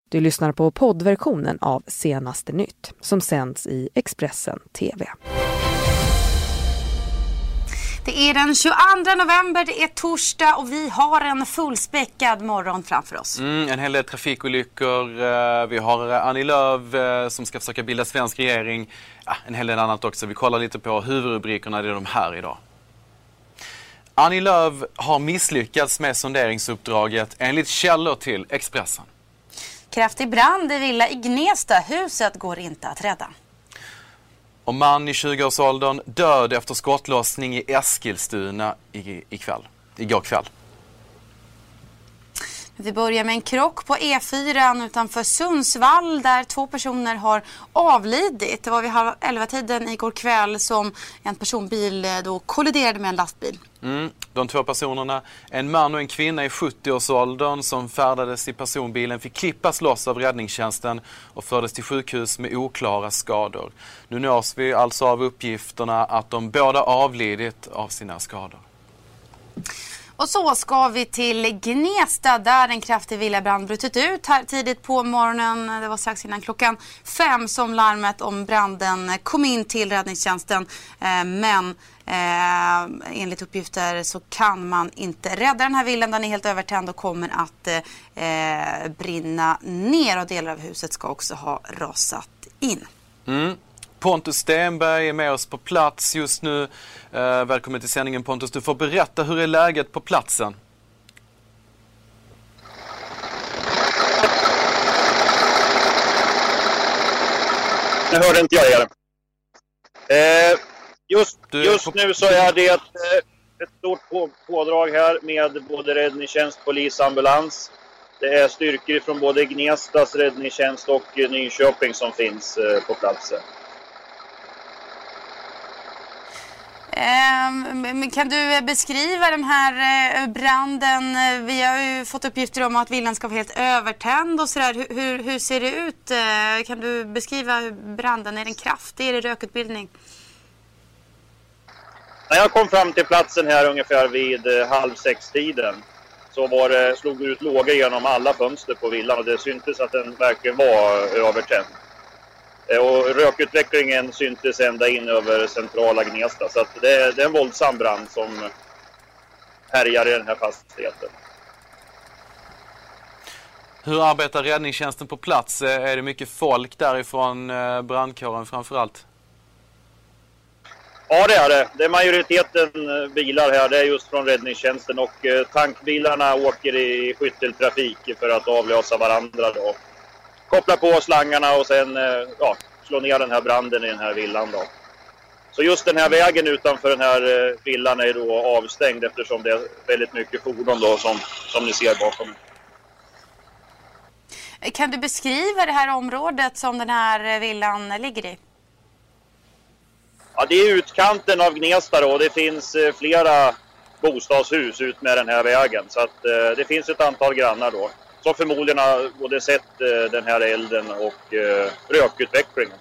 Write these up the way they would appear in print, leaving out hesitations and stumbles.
Du lyssnar på poddversionen av Senaste nytt som sänds i Expressen TV. Det är den 22 november, det är torsdag och vi har en fullspäckad morgon framför oss. En hel del trafikolyckor. Vi har Annie Lööf som ska försöka bilda svensk regering. En hel del annat också. Vi kollar lite på huvudrubrikerna, det är de här idag. Annie Lööf har misslyckats med sonderingsuppdraget enligt källor till Expressen. Kraftig brand i villa i Gnesta. Huset går inte att rädda. Och man i 20-årsåldern död efter skottlossning i Eskilstuna igår kväll. Vi börjar med en krock på E4 utanför Sundsvall där 2 personer har avlidit. Det var vid 11-tiden igår kväll som en personbil då kolliderade med en lastbil. De 2 personerna, en man och en kvinna i 70-årsåldern som färdades i personbilen, fick klippas loss av räddningstjänsten och fördes till sjukhus med oklara skador. Nu nås vi alltså av uppgifterna att de båda avlidit av sina skador. Och så ska vi till Gnesta där en kraftig villabrand brutit ut här tidigt på morgonen. Det var strax innan klockan 5 som larmet om branden kom in till räddningstjänsten. Men enligt uppgifter så kan man inte rädda den här villan. Den är helt övertänd och kommer att brinna ner och delar av huset ska också ha rasat in. Pontus Stenberg är med oss på plats just nu. Välkommen till sändningen Pontus. Du får berätta, hur är läget på platsen? Nu hörde inte jag er. Just nu så är det ett stort pådrag här med både räddningstjänst, polis, ambulans. Det är styrkor från både Gnestas räddningstjänst och Nyköping som finns på platsen. Kan du beskriva den här branden? Vi har ju fått uppgifter om att villan ska vara helt övertänd och sådär. Hur ser det ut? Kan du beskriva branden? Är den kraftig? Är det rökutbildning? När jag kom fram till platsen här ungefär vid 5:30-tiden så slog det ut lågor genom alla fönster på villan och det syntes att den verkligen var övertänd. Och rökutvecklingen syntes ända in över centrala Gnesta. Så att det är en våldsam brand som härjar i den här fastigheten. Hur arbetar räddningstjänsten på plats? Är det mycket folk därifrån brandkåren framförallt? Ja, det är det. Det är majoriteten bilar här. Det är just från räddningstjänsten och tankbilarna åker i skytteltrafik för att avlösa varandra då. Koppla på slangarna och sen slå ner den här branden i den här villan då. Så just den här vägen utanför den här villan är då avstängd eftersom det är väldigt mycket fordon då som ni ser bakom. Kan du beskriva det här området som den här villan ligger i? Ja, det är utkanten av Gnesta då. Det finns flera bostadshus ut med den här vägen så att det finns ett antal grannar då. Som förmodligen har både sett den här elden och rökutvecklingen.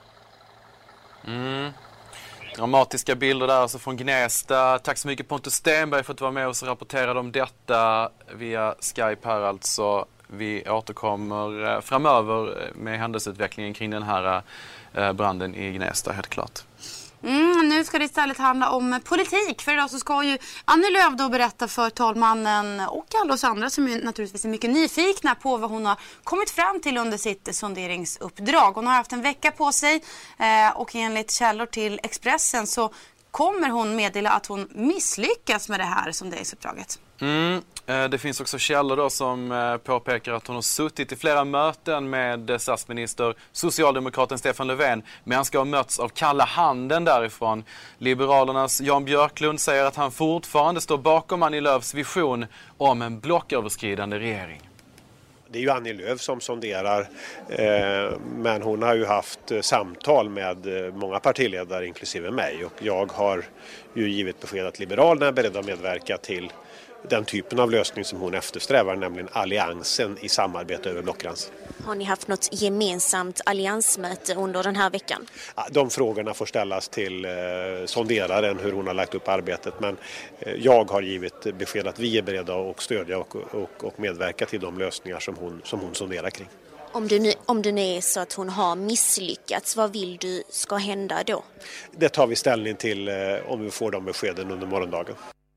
Dramatiska bilder där alltså från Gnesta. Tack så mycket Pontus Stenberg för att du var med oss och rapporterade om detta via Skype här alltså. Vi återkommer framöver med händelseutvecklingen kring den här branden i Gnesta, helt klart. Nu ska det istället handla om politik. För idag så ska ju Annie Lööf då berätta för talmannen och alla oss andra som ju naturligtvis är mycket nyfikna på vad hon har kommit fram till under sitt sonderingsuppdrag. Hon har haft en vecka på sig och enligt källor till Expressen så kommer hon meddela att hon misslyckas med det här sonderingsuppdraget. Det finns också källor då som påpekar att hon har suttit i flera möten med statsminister socialdemokraten Stefan Löfven, men han ska ha mötts av kalla handen därifrån. Liberalernas Jan Björklund säger att han fortfarande står bakom Annie Lööfs vision om en blocköverskridande regering. Det är ju Annie Lööf som sonderar, men hon har ju haft samtal med många partiledare inklusive mig och jag har ju givit besked att Liberalerna är beredda att medverka till den typen av lösning som hon eftersträvar, nämligen alliansen i samarbete över blockgränsen. Har ni haft något gemensamt alliansmöte under den här veckan? Ja, de frågorna får ställas till sonderaren hur hon har lagt upp arbetet, men jag har givit besked att vi är beredda att stödja och medverka till de lösningar som hon sonderar kring. Om det nu är så att hon har misslyckats, vad vill du ska hända då? Det tar vi ställning till om vi får de beskeden under morgondagen.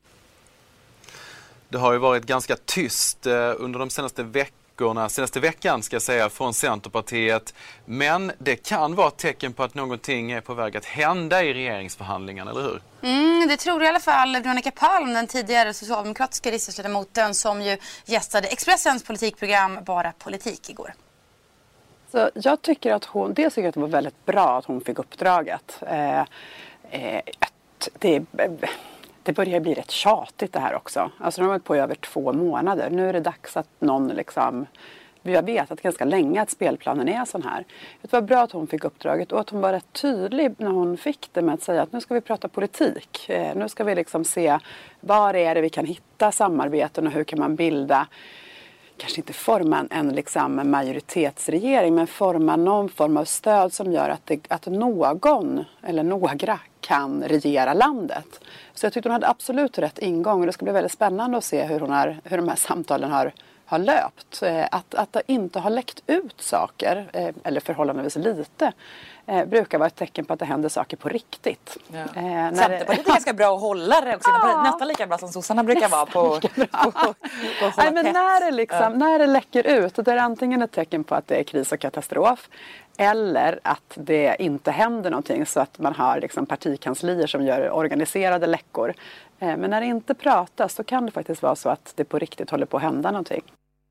Det har ju varit ganska tyst under de senaste veckan ska jag säga, från Centerpartiet. Men det kan vara ett tecken på att någonting är på väg att hända i regeringsförhandlingarna, eller hur? Det tror i alla fall Veronica Palm, den tidigare socialdemokratiska riksdagsledamoten som ju gästade Expressens politikprogram Bara politik igår. Så jag tycker att dels tycker jag att det var väldigt bra att hon fick uppdraget. Det börjar bli rätt tjatigt det här också. Alltså de har varit på i över 2 månader. Nu är det dags att någon liksom... Vi har vetat ganska länge att spelplanen är sån här. Det var bra att hon fick uppdraget och att hon var rätt tydlig när hon fick det med att säga att nu ska vi prata politik. Nu ska vi liksom se var är det vi kan hitta samarbeten och hur kan man bilda... Kanske inte forma en liksom majoritetsregering, men forma någon form av stöd som gör att någon eller några kan regera landet. Så jag tyckte hon hade absolut rätt ingång och det ska bli väldigt spännande att se hur de här samtalen har löpt. Att det inte har läckt ut saker, eller förhållandevis lite, brukar vara ett tecken på att det händer saker på riktigt. Ja. Centerpartiet är ganska bra att hålla reaktioner, nästan lika bra som sossarna brukar vara på Nej, men när det läcker ut, då är det antingen ett tecken på att det är kris och katastrof eller att det inte händer någonting så att man har liksom partikanslier som gör organiserade läckor. Men när det inte pratas så kan det faktiskt vara så att det på riktigt håller på att hända någonting.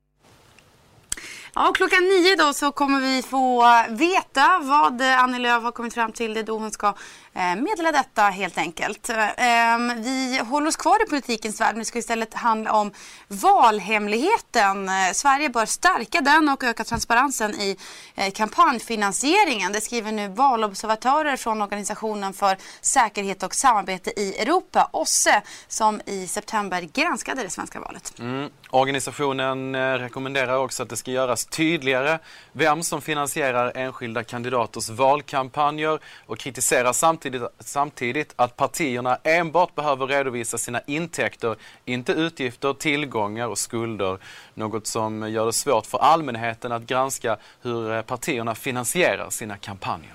Ja, klockan 9 då så kommer vi få veta vad Annie Lööf har kommit fram till. Det är då hon ska meddela detta helt enkelt. Vi håller oss kvar i politikens värld men det ska istället handla om valhemligheten. Sverige bör stärka den och öka transparensen i kampanjfinansieringen. Det skriver nu valobservatörer från Organisationen för säkerhet och samarbete i Europa, OSSE, som i september granskade det svenska valet. Organisationen rekommenderar också att det ska göras tydligare vem som finansierar enskilda kandidaters valkampanjer och kritiserar samtidigt att partierna enbart behöver redovisa sina intäkter, inte utgifter, tillgångar och skulder. Något som gör det svårt för allmänheten att granska hur partierna finansierar sina kampanjer.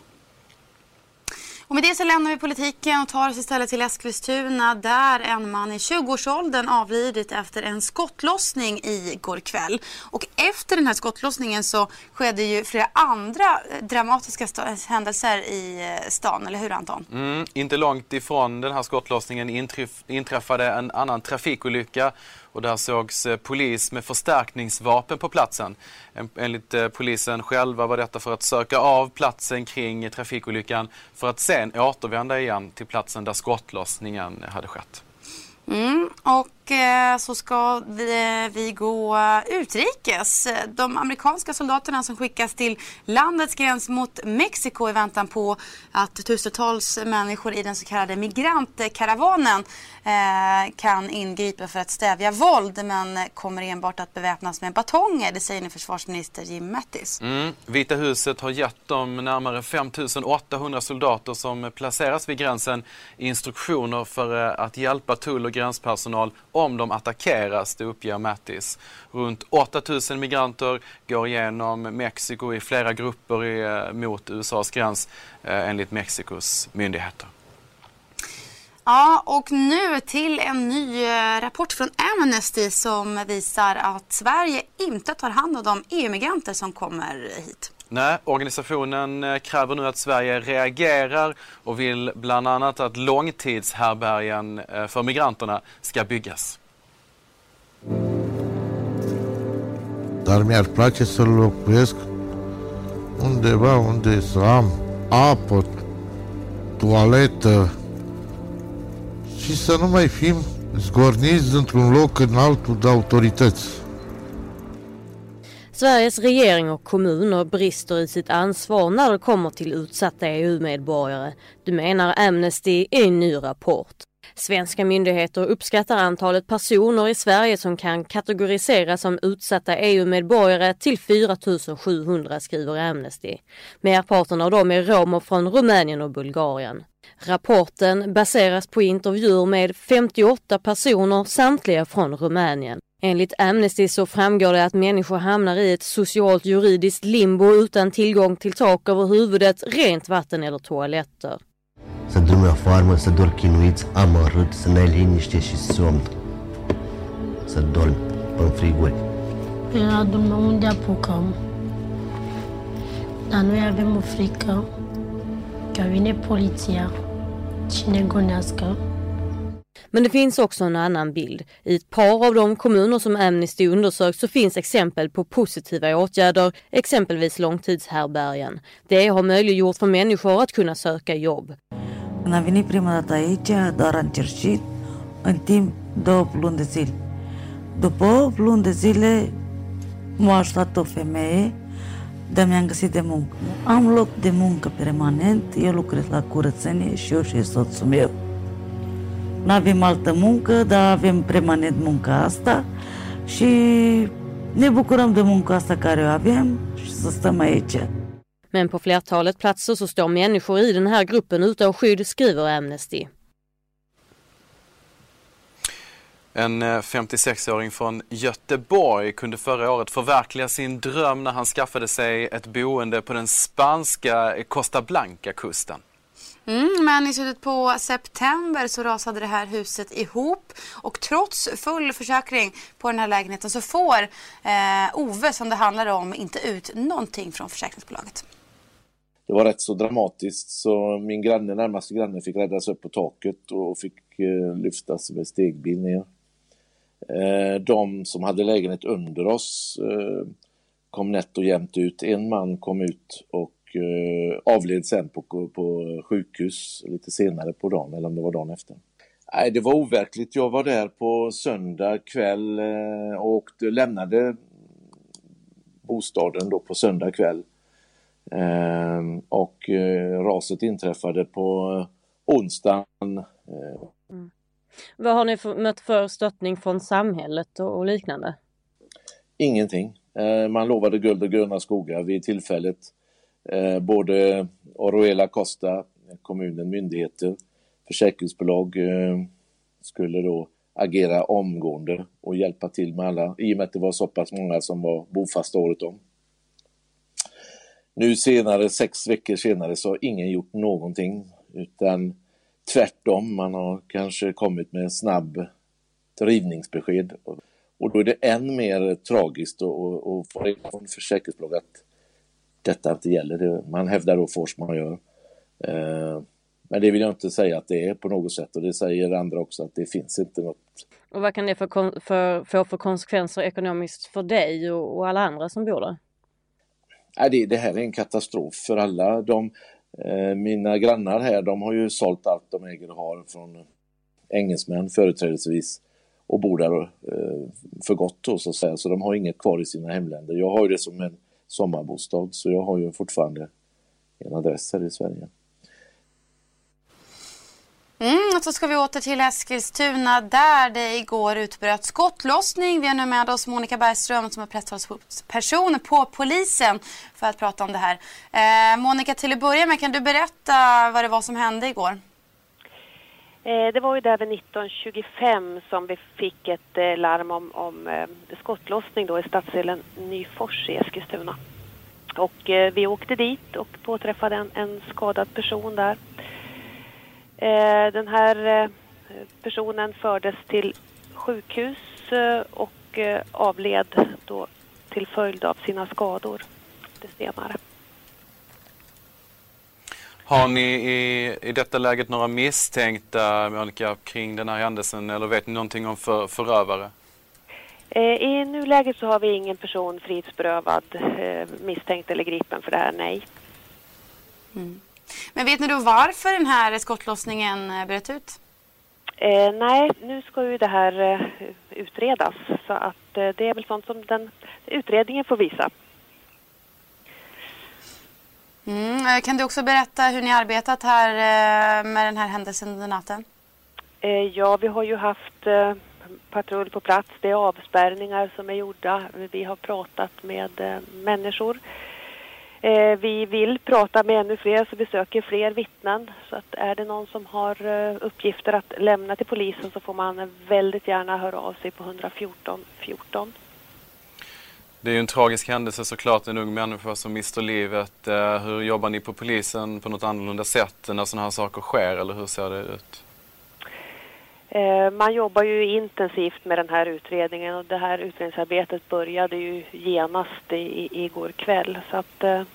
Och med det så lämnar vi politiken och tar oss istället till Eskilstuna där en man i 20-årsåldern avlidit efter en skottlossning igår kväll. Och efter den här skottlossningen så skedde ju flera andra dramatiska händelser i stan, eller hur Anton? Inte långt ifrån den här skottlossningen inträffade en annan trafikolycka. Och där sågs polis med förstärkningsvapen på platsen. Enligt polisen själva var detta för att söka av platsen kring trafikolyckan för att sen återvända igen till platsen där skottlossningen hade skett. Och så ska vi gå utrikes. De amerikanska soldaterna som skickas till landets gräns mot Mexiko i väntan på att tusentals människor i den så kallade migrantkaravanen kan ingripa för att stävja våld, men kommer enbart att beväpnas med batonger, det säger nu försvarsminister Jim Mattis. Vita huset har gett de närmare 5 800 soldater som placeras vid gränsen instruktioner för att hjälpa tull- och gränspersonal om de attackeras, det uppger Mattis. Runt 8 000 migranter går igenom Mexiko i flera grupper mot USAs gräns enligt Mexikos myndigheter. Ja, och nu till en ny rapport från Amnesty som visar att Sverige inte tar hand om de EU-migranter som kommer hit. Nej, organisationen kräver nu att Sverige reagerar och vill bland annat att långtidshärbärgen för migranterna ska byggas. Dar mi-ar place să locuiesc undeva unde să am apă, toaletă și să nu mai fim zgorniți într-un loc în altul de autorități. Sveriges regering och kommuner brister i sitt ansvar när det kommer till utsatta EU-medborgare. Det menar Amnesty i en ny rapport. Svenska myndigheter uppskattar antalet personer i Sverige som kan kategoriseras som utsatta EU-medborgare till 4 700, skriver Amnesty. Merparten av dem är romer från Rumänien och Bulgarien. Rapporten baseras på intervjuer med 58 personer, samtliga från Rumänien. Enligt Amnesty så framgår det att människor hamnar i ett socialt juridiskt limbo utan tillgång till tak över huvudet, rent vatten eller toaletter. Să dormi afară, să dormi chinuiți, amărât, să n-ai liniște și somn. Să dormi în friguri. Prin adul unde apucăm. Dar noi avem o frică că vine poliția și ne gonească. Men det finns också en annan bild. I ett par av de kommuner som Amnesty undersökt så finns exempel på positiva åtgärder, exempelvis långtidshärbärgen. Det har möjliggjort för människor att kunna söka jobb. Când am venit prima dată aici, doar am cerșit în timp 2 luni de zile. După 8 luni de zile m-a ajutat o femeie, dar mi-am găsit de muncă. Am loc de muncă permanent, eu lucrez la curățenie și eu și soțul meu. Nu avem altă muncă, dar avem permanent munca asta și ne bucurăm de munca asta care o avem și să stăm aici. Men på flertalet platser så står människor i den här gruppen utan skydd, skriver Amnesty. En 56-åring från Göteborg kunde förra året förverkliga sin dröm när han skaffade sig ett boende på den spanska Costa Blanca-kusten. Men i slutet på september så rasade det här huset ihop och trots full försäkring på den här lägenheten så får Ove, som det handlar om, inte ut någonting från försäkringsbolaget. Det var rätt så dramatiskt, så min närmaste granne fick räddas upp på taket och fick lyftas med stegbil ner. De som hade lägenhet under oss kom nätt och jämnt ut. En man kom ut och avled sen på sjukhus lite senare på dagen, eller om det var dagen efter. Nej, det var overkligt. Jag var där på söndag kväll och lämnade bostaden då på söndag kväll. Och raset inträffade på onsdagen. Vad har ni mött för stöttning från samhället och liknande? Ingenting. Man lovade guld och gröna skogar vid tillfället. Både Oroela Costa, kommunen, myndigheter, försäkringsbolag skulle då agera omgående och hjälpa till med alla, i och med att det var så pass många som var bofasta året om. Nu senare, 6 veckor senare, så har ingen gjort någonting, utan tvärtom, man har kanske kommit med snabb rivningsbesked. Och då är det än mer tragiskt att få reda från försäkringsbolag att detta inte gäller. Man hävdar då force majeure. Men det vill jag inte säga att det är på något sätt, och det säger andra också, att det finns inte något. Och vad kan det få för konsekvenser ekonomiskt för dig och alla andra som bor där? Det här är en katastrof för alla. Mina grannar här, de har ju sålt allt de äger och har från engelsmän företrädesvis och bor där för gott då, så att säga. Så de har inget kvar i sina hemländer. Jag har ju det som en sommarbostad, så jag har ju fortfarande en adress här i Sverige. Och så ska vi åter till Eskilstuna där det igår utbröt skottlossning. Vi har nu med oss Monica Bergström som är presstalsperson på polisen för att prata om det här. Monica, till att börja med, kan du berätta vad det var som hände igår? Det var ju där vid 19:25 som vi fick ett larm om skottlossning då i stadsdelen Nyfors i Eskilstuna. Och vi åkte dit och påträffade en skadad person där. Den här personen fördes till sjukhus och avled då till följd av sina skador det senare. Har ni i detta läget några misstänkta, Monica, kring den här händelsen, eller vet ni någonting om förövare? I nuläget så har vi ingen person frihetsberövad, misstänkt eller gripen för det här, nej. Men vet ni då varför den här skottlossningen bröt ut? Nej, nu ska ju det här utredas, så att det är väl sånt som utredningen får visa. Kan du också berätta hur ni arbetat här med den här händelsen under natten? Ja, vi har ju haft patrull på plats. Det är avspärrningar som är gjorda. Vi har pratat med människor. Vi vill prata med ännu fler, så vi söker fler vittnen. Så att är det någon som har uppgifter att lämna till polisen så får man väldigt gärna höra av sig på 114 14. Det är ju en tragisk händelse såklart, en ung människa som mister livet. Hur jobbar ni på polisen på något annorlunda sätt när sådana här saker sker, eller hur ser det ut? Man jobbar ju intensivt med den här utredningen, och det här utredningsarbetet började ju genast igår kväll. Så att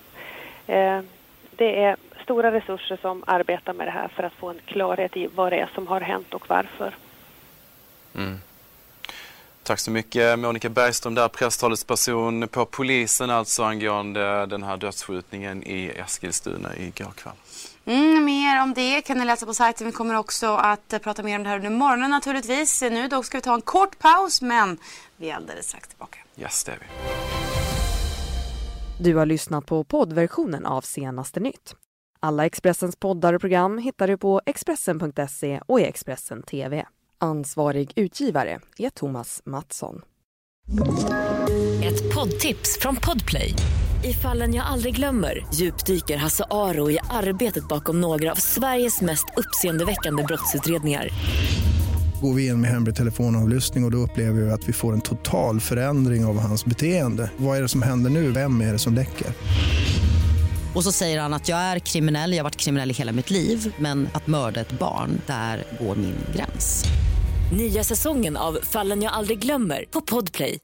det är stora resurser som arbetar med det här för att få en klarhet i vad det är som har hänt och varför. Mm. Tack så mycket Monica Bergström, där presstalesperson på polisen alltså angående den här dödsskjutningen i Eskilstuna igår kväll. Mer om det kan ni läsa på sajten. Vi kommer också att prata mer om det här under morgonen naturligtvis. Nu då ska vi ta en kort paus, men vi är alldeles strax tillbaka. Yes, det är vi. Du har lyssnat på poddversionen av Senaste Nytt. Alla Expressens poddar och program hittar du på Expressen.se och i Expressen TV. Ansvarig utgivare är Thomas Mattsson. Ett poddtips från Podplay. I Fallen jag aldrig glömmer djupdyker Hasse Aro i arbetet bakom några av Sveriges mest uppseendeväckande brottsutredningar. Går vi in med hemlig telefonavlyssning och då upplever vi att vi får en total förändring av hans beteende. Vad är det som händer nu? Vem är det som läcker? Och så säger han att jag är kriminell, jag har varit kriminell i hela mitt liv. Men att mörda ett barn, där går min gräns. Nya säsongen av Fallen jag aldrig glömmer på Podplay.